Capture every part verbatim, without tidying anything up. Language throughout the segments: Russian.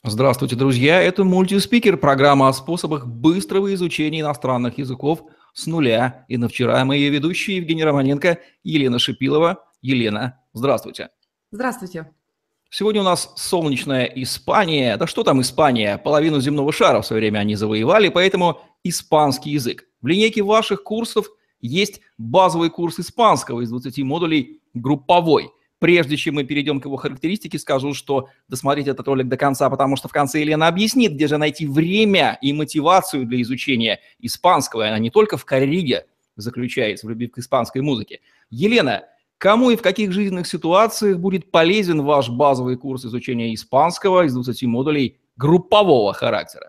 Здравствуйте, друзья! Это мультиспикер, программа о способах быстрого изучения иностранных языков с нуля. И на вчера мы ее ведущие Евгений Романенко, Елена Шипилова. Елена, здравствуйте! Здравствуйте! Сегодня у нас солнечная Испания. Да что там Испания? Половину земного шара в свое время они завоевали, поэтому испанский язык. В линейке ваших курсов есть базовый курс испанского из двадцати модулей групповой. Прежде чем мы перейдем к его характеристике, скажу, что досмотрите этот ролик до конца, потому что в конце Елена объяснит, где же найти время и мотивацию для изучения испанского. И она не только в корриге заключается в любви к испанской музыке. Елена, кому и в каких жизненных ситуациях будет полезен ваш базовый курс изучения испанского из двадцати модулей группового характера?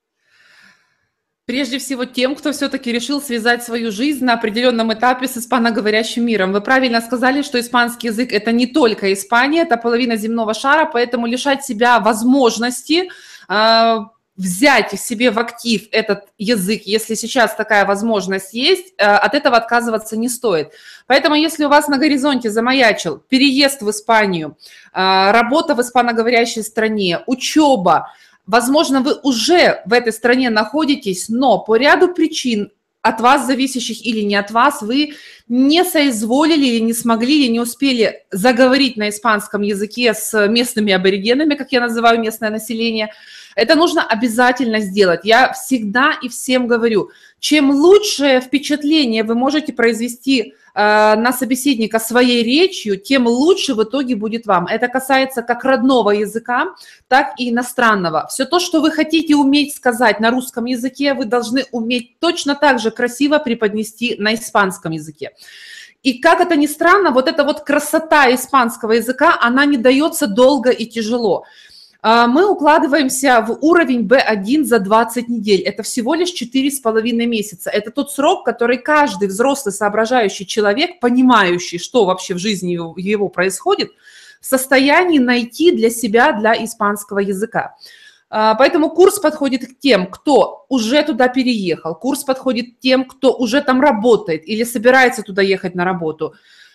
Прежде всего тем, кто все-таки решил связать свою жизнь на определенном этапе с испаноговорящим миром. Вы правильно сказали, что испанский язык – это не только Испания, это половина земного шара, поэтому лишать себя возможности э, взять себе в актив этот язык, если сейчас такая возможность есть, э, от этого отказываться не стоит. Поэтому если у вас на горизонте замаячил переезд в Испанию, э, работа в испаноговорящей стране, учеба, возможно, вы уже в этой стране находитесь, но по ряду причин, от вас зависящих или не от вас, вы не соизволили или не смогли, или не успели заговорить на испанском языке с местными аборигенами, как я называю местное население, это нужно обязательно сделать. Я всегда и всем говорю, чем лучшее впечатление вы можете произвести э, на собеседника своей речью, тем лучше в итоге будет вам. Это касается как родного языка, так и иностранного. Все то, что вы хотите уметь сказать на русском языке, вы должны уметь точно так же красиво преподнести на испанском языке. И как это ни странно, вот эта вот красота испанского языка, она не дается долго и тяжело. Мы укладываемся в уровень бэ один за двадцать недель. Это всего лишь четыре с половиной месяца. Это тот срок, который каждый взрослый соображающий человек, понимающий, что вообще в жизни его происходит, в состоянии найти для себя, для испанского языка. Поэтому курс подходит к тем, кто уже туда переехал. Курс подходит тем, кто уже там работает или собирается туда ехать на работу.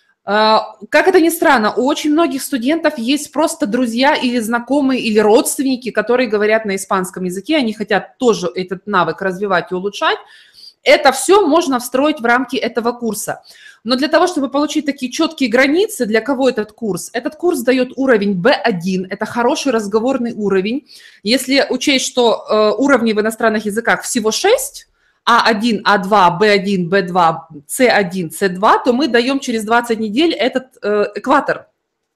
Как это ни странно, у очень многих студентов есть просто друзья или знакомые, или родственники, которые говорят на испанском языке, они хотят тоже этот навык развивать и улучшать. Это все можно встроить в рамки этого курса. Но для того, чтобы получить такие четкие границы, для кого этот курс? Этот курс дает уровень бэ один, это хороший разговорный уровень. Если учесть, что э, уровней в иностранных языках всего шесть, а один, а два, бэ один, бэ два, цэ один, цэ два, то мы даем через двадцать недель этот э, экватор.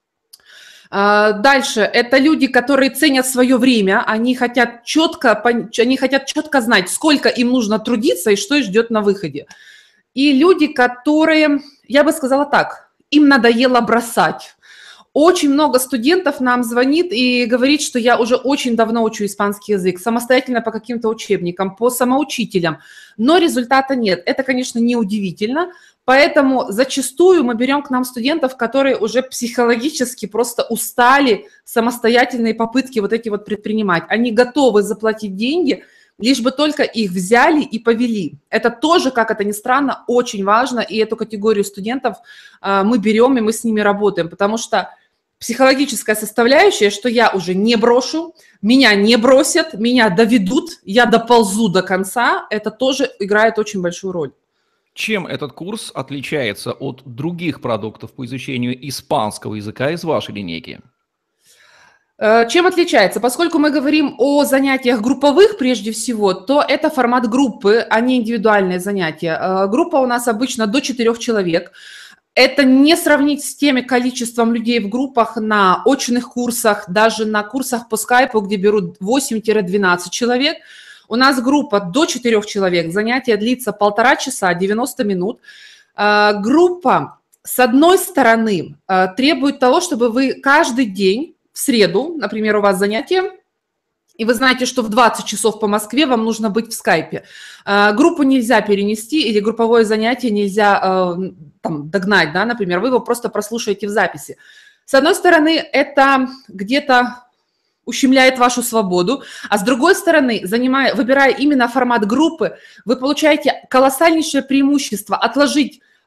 А дальше, это люди, которые ценят свое время, они хотят, четко, они хотят четко знать, сколько им нужно трудиться и что их ждет на выходе. И люди, которые, я бы сказала так, им надоело бросать. Очень много студентов нам звонит и говорит, что я уже очень давно учу испанский язык, самостоятельно по каким-то учебникам, по самоучителям, но результата нет. Это, конечно, неудивительно, поэтому зачастую мы берем к нам студентов, которые уже психологически просто устали самостоятельные попытки вот эти вот предпринимать. Они готовы заплатить деньги, лишь бы только их взяли и повели. Это тоже, как это ни странно, очень важно, и эту категорию студентов э, мы берем, и мы с ними работаем, потому что психологическая составляющая, что я уже не брошу, меня не бросят, меня доведут, я доползу до конца, это тоже играет очень большую роль. Чем этот курс отличается от других продуктов по изучению испанского языка из вашей линейки? Чем отличается? Поскольку мы говорим о занятиях групповых прежде всего, то это формат группы, а не индивидуальные занятия. Группа у нас обычно до четырех человек. Это не сравнить с теми количеством людей в группах на очных курсах, даже на курсах по скайпу, где берут восемь-двенадцать человек. У нас группа до четырех человек, занятие длится полтора часа, девяносто минут. Группа, с одной стороны, требует того, чтобы вы каждый день, в среду, например, у вас занятие, и вы знаете, что в двадцать часов по Москве вам нужно быть в скайпе. Группу нельзя перенести или групповое занятие нельзя там, догнать, да, например, вы его просто прослушаете в записи. С одной стороны, это где-то ущемляет вашу свободу, а с другой стороны, занимая, выбирая именно формат группы, вы получаете колоссальнейшее преимущество отложить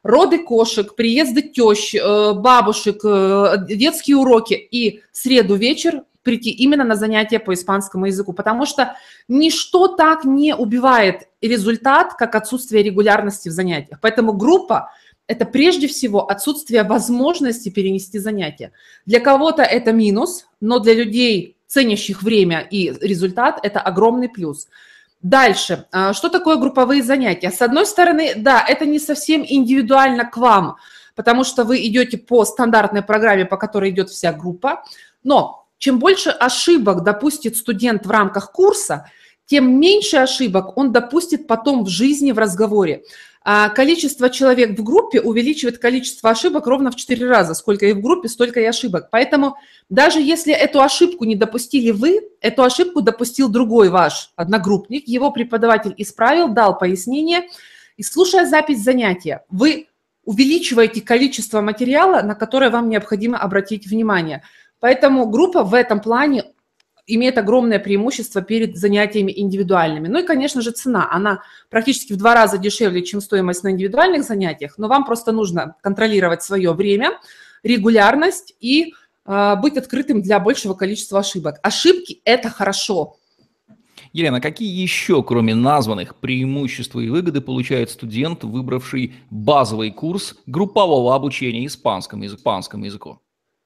роды кошек, приезды тещ, бабушек, детские уроки и среду вечер прийти именно на занятия по испанскому языку, потому что ничто так не убивает результат, как отсутствие регулярности в занятиях. Поэтому группа – это прежде всего отсутствие возможности перенести занятия. Для кого-то это минус, но для людей, ценящих время и результат, это огромный плюс. Дальше. Что такое групповые занятия? С одной стороны, да, это не совсем индивидуально к вам, потому что вы идете по стандартной программе, по которой идет вся группа, но чем больше ошибок допустит студент в рамках курса, тем меньше ошибок он допустит потом в жизни, в разговоре. А количество человек в группе увеличивает количество ошибок ровно в четыре раза. Сколько и в группе, столько и ошибок. Поэтому даже если эту ошибку не допустили вы, эту ошибку допустил другой ваш одногруппник, его преподаватель исправил, дал пояснение, и слушая запись занятия, вы увеличиваете количество материала, на которое вам необходимо обратить внимание. Поэтому группа в этом плане имеет огромное преимущество перед занятиями индивидуальными. Ну и, конечно же, цена. Она практически в два раза дешевле, чем стоимость на индивидуальных занятиях, но вам просто нужно контролировать свое время, регулярность и э, быть открытым для большего количества ошибок. Ошибки – это хорошо. Елена, какие еще, кроме названных, преимущества и выгоды получает студент, выбравший базовый курс группового обучения испанскому языку? Испанскому языку?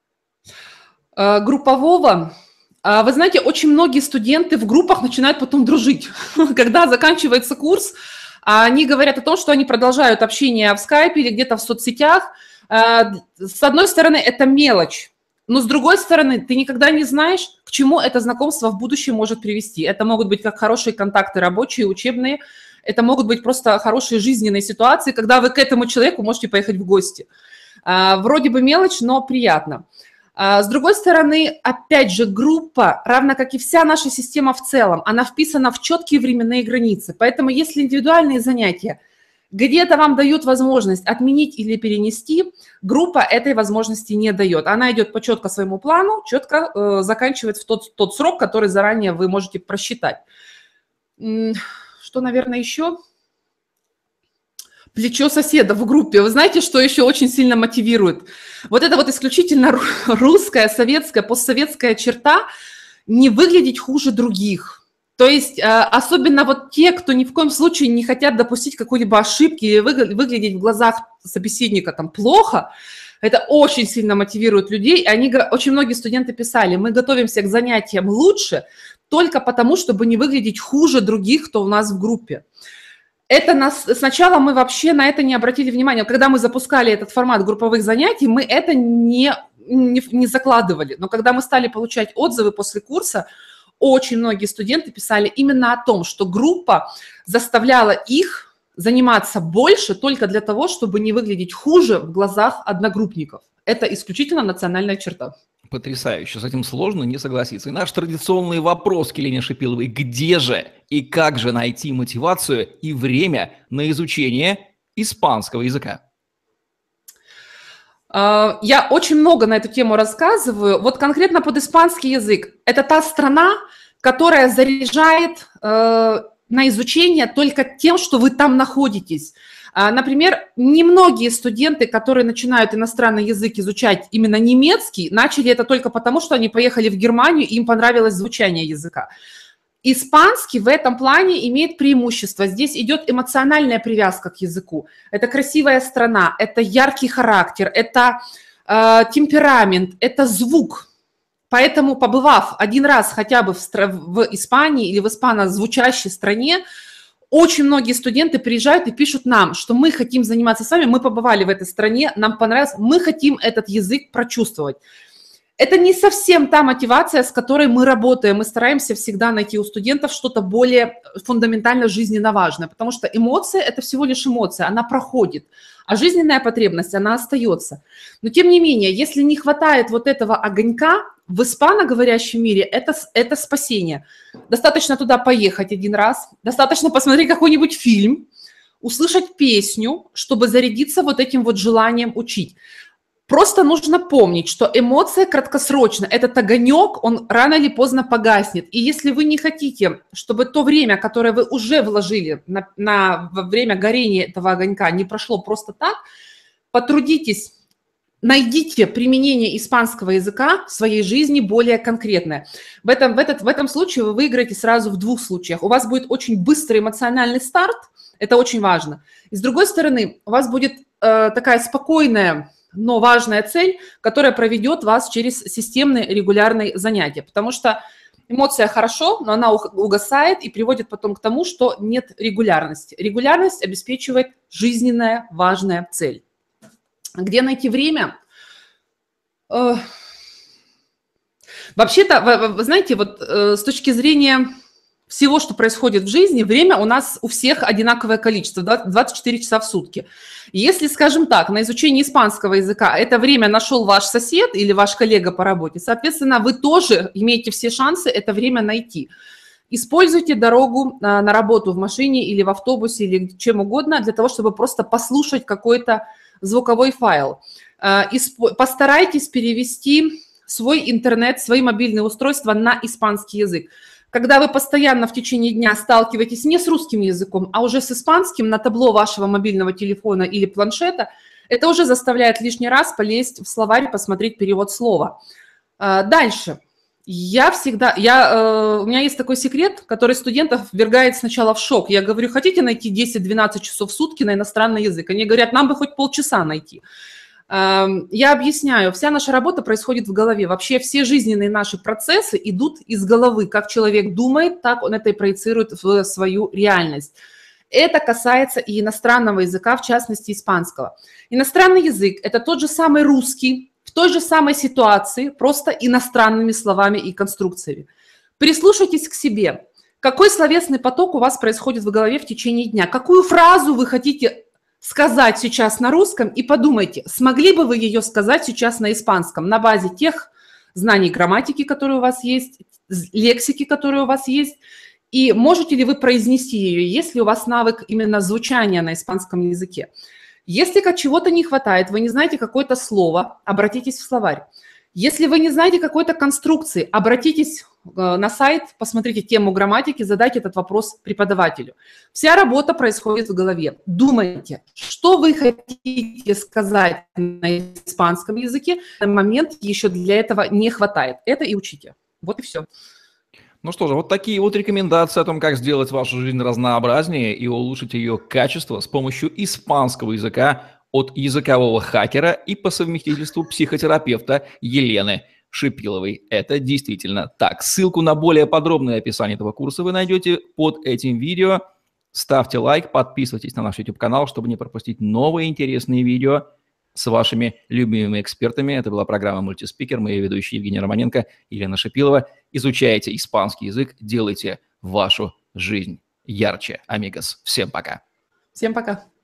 Группового, вы знаете, очень многие студенты в группах начинают потом дружить. Когда заканчивается курс, они говорят о том, что они продолжают общение в скайпе или где-то в соцсетях. С одной стороны, это мелочь, но с другой стороны, ты никогда не знаешь, к чему это знакомство в будущем может привести. Это могут быть как хорошие контакты рабочие, учебные, это могут быть просто хорошие жизненные ситуации, когда вы к этому человеку можете поехать в гости. Вроде бы мелочь, но приятно. С другой стороны, опять же, группа, равно как и вся наша система в целом, она вписана в четкие временные границы. Поэтому если индивидуальные занятия где-то вам дают возможность отменить или перенести, группа этой возможности не дает. Она идет по четко своему плану, четко э, заканчивает в тот, тот срок, который заранее вы можете просчитать. Что, наверное, еще? Плечо соседа в группе. Вы знаете, что еще очень сильно мотивирует? Вот это вот исключительно русская, советская, постсоветская черта не выглядеть хуже других. То есть особенно вот те, кто ни в коем случае не хотят допустить какой-либо ошибки или выглядеть в глазах собеседника там плохо, это очень сильно мотивирует людей. И они, очень многие студенты писали, мы готовимся к занятиям лучше только потому, чтобы не выглядеть хуже других, кто у нас в группе. Это нас, сначала мы вообще на это не обратили внимания. Когда мы запускали этот формат групповых занятий, мы это не, не, не закладывали. Но когда мы стали получать отзывы после курса, очень многие студенты писали именно о том, что группа заставляла их заниматься больше только для того, чтобы не выглядеть хуже в глазах одногруппников. Это исключительно национальная черта. Потрясающе. С этим сложно не согласиться. И наш традиционный вопрос к Елене Шипиловой. Где же и как же найти мотивацию и время на изучение испанского языка? Я очень много на эту тему рассказываю. Вот конкретно под испанский язык. Это та страна, которая заряжает э, на изучение только тем, что вы там находитесь. Например, немногие студенты, которые начинают иностранный язык изучать именно немецкий, начали это только потому, что они поехали в Германию, и им понравилось звучание языка. Испанский в этом плане имеет преимущество. Здесь идет эмоциональная привязка к языку. Это красивая страна, это яркий характер, это э, темперамент, это звук. Поэтому, побывав один раз хотя бы в, в Испании или в испанозвучащей стране, очень многие студенты приезжают и пишут нам, что мы хотим заниматься с вами, мы побывали в этой стране, нам понравилось, мы хотим этот язык прочувствовать. Это не совсем та мотивация, с которой мы работаем. Мы стараемся всегда найти у студентов что-то более фундаментально жизненно важное, потому что эмоция – это всего лишь эмоция, она проходит, а жизненная потребность, она остается. Но тем не менее, если не хватает вот этого огонька, в испаноговорящем мире это, это спасение. Достаточно туда поехать один раз, достаточно посмотреть какой-нибудь фильм, услышать песню, чтобы зарядиться вот этим вот желанием учить. Просто нужно помнить, что эмоция краткосрочна, этот огонек, он рано или поздно погаснет. И если вы не хотите, чтобы то время, которое вы уже вложили на, на, во время горения этого огонька, не прошло просто так, потрудитесь, найдите применение испанского языка в своей жизни более конкретное. В этом, в, этот, в этом случае вы выиграете сразу в двух случаях. У вас будет очень быстрый эмоциональный старт, это очень важно. И с другой стороны, у вас будет э, такая спокойная, но важная цель, которая проведет вас через системные регулярные занятия. Потому что эмоция хорошо, но она угасает и приводит потом к тому, что нет регулярности. Регулярность обеспечивает жизненная важная цель. Где найти время? Э, Вообще-то, вы, вы знаете, вот э, с точки зрения всего, что происходит в жизни, время у нас у всех одинаковое количество, двадцать четыре часа в сутки. Если, скажем так, на изучение испанского языка это время нашел ваш сосед или ваш коллега по работе, соответственно, вы тоже имеете все шансы это время найти. Используйте дорогу на, на работу в машине или в автобусе или чем угодно для того, чтобы просто послушать какой-то звуковой файл. Постарайтесь перевести свой интернет, свои мобильные устройства на испанский язык. Когда вы постоянно в течение дня сталкиваетесь не с русским языком, а уже с испанским на табло вашего мобильного телефона или планшета, это уже заставляет лишний раз полезть в словарь, посмотреть перевод слова. Дальше. Я всегда, я, у меня есть такой секрет, который студентов ввергает сначала в шок. Я говорю, хотите найти десять-двенадцать часов в сутки на иностранный язык? Они говорят, нам бы хоть полчаса найти. Я объясняю, вся наша работа происходит в голове. Вообще все жизненные наши процессы идут из головы. Как человек думает, так он это и проецирует в свою реальность. Это касается и иностранного языка, в частности испанского. Иностранный язык – это тот же самый русский, в той же самой ситуации, просто иностранными словами и конструкциями. Прислушайтесь к себе. Какой словесный поток у вас происходит в голове в течение дня? Какую фразу вы хотите сказать сейчас на русском? И подумайте, смогли бы вы ее сказать сейчас на испанском на базе тех знаний грамматики, которые у вас есть, лексики, которые у вас есть, и можете ли вы произнести ее, есть ли у вас навык именно звучания на испанском языке. Если чего-то не хватает, вы не знаете какое-то слово, обратитесь в словарь. Если вы не знаете какой-то конструкции, обратитесь на сайт, посмотрите тему грамматики, задайте этот вопрос преподавателю. Вся работа происходит в голове. Думайте, что вы хотите сказать на испанском языке. На момент еще для этого не хватает. Это и учите. Вот и все. Ну что же, вот такие вот рекомендации о том, как сделать вашу жизнь разнообразнее и улучшить ее качество с помощью испанского языка от языкового хакера и по совместительству психотерапевта Елены Шипиловой. Это действительно так. Ссылку на более подробное описание этого курса вы найдете под этим видео. Ставьте лайк, подписывайтесь на наш YouTube-канал, чтобы не пропустить новые интересные видео с вашими любимыми экспертами. Это была программа «Мультиспикер». Мы ее ведущие Евгений Романенко, Елена Шипилова. Изучайте испанский язык, делайте вашу жизнь ярче. Амигос. Всем пока. Всем пока.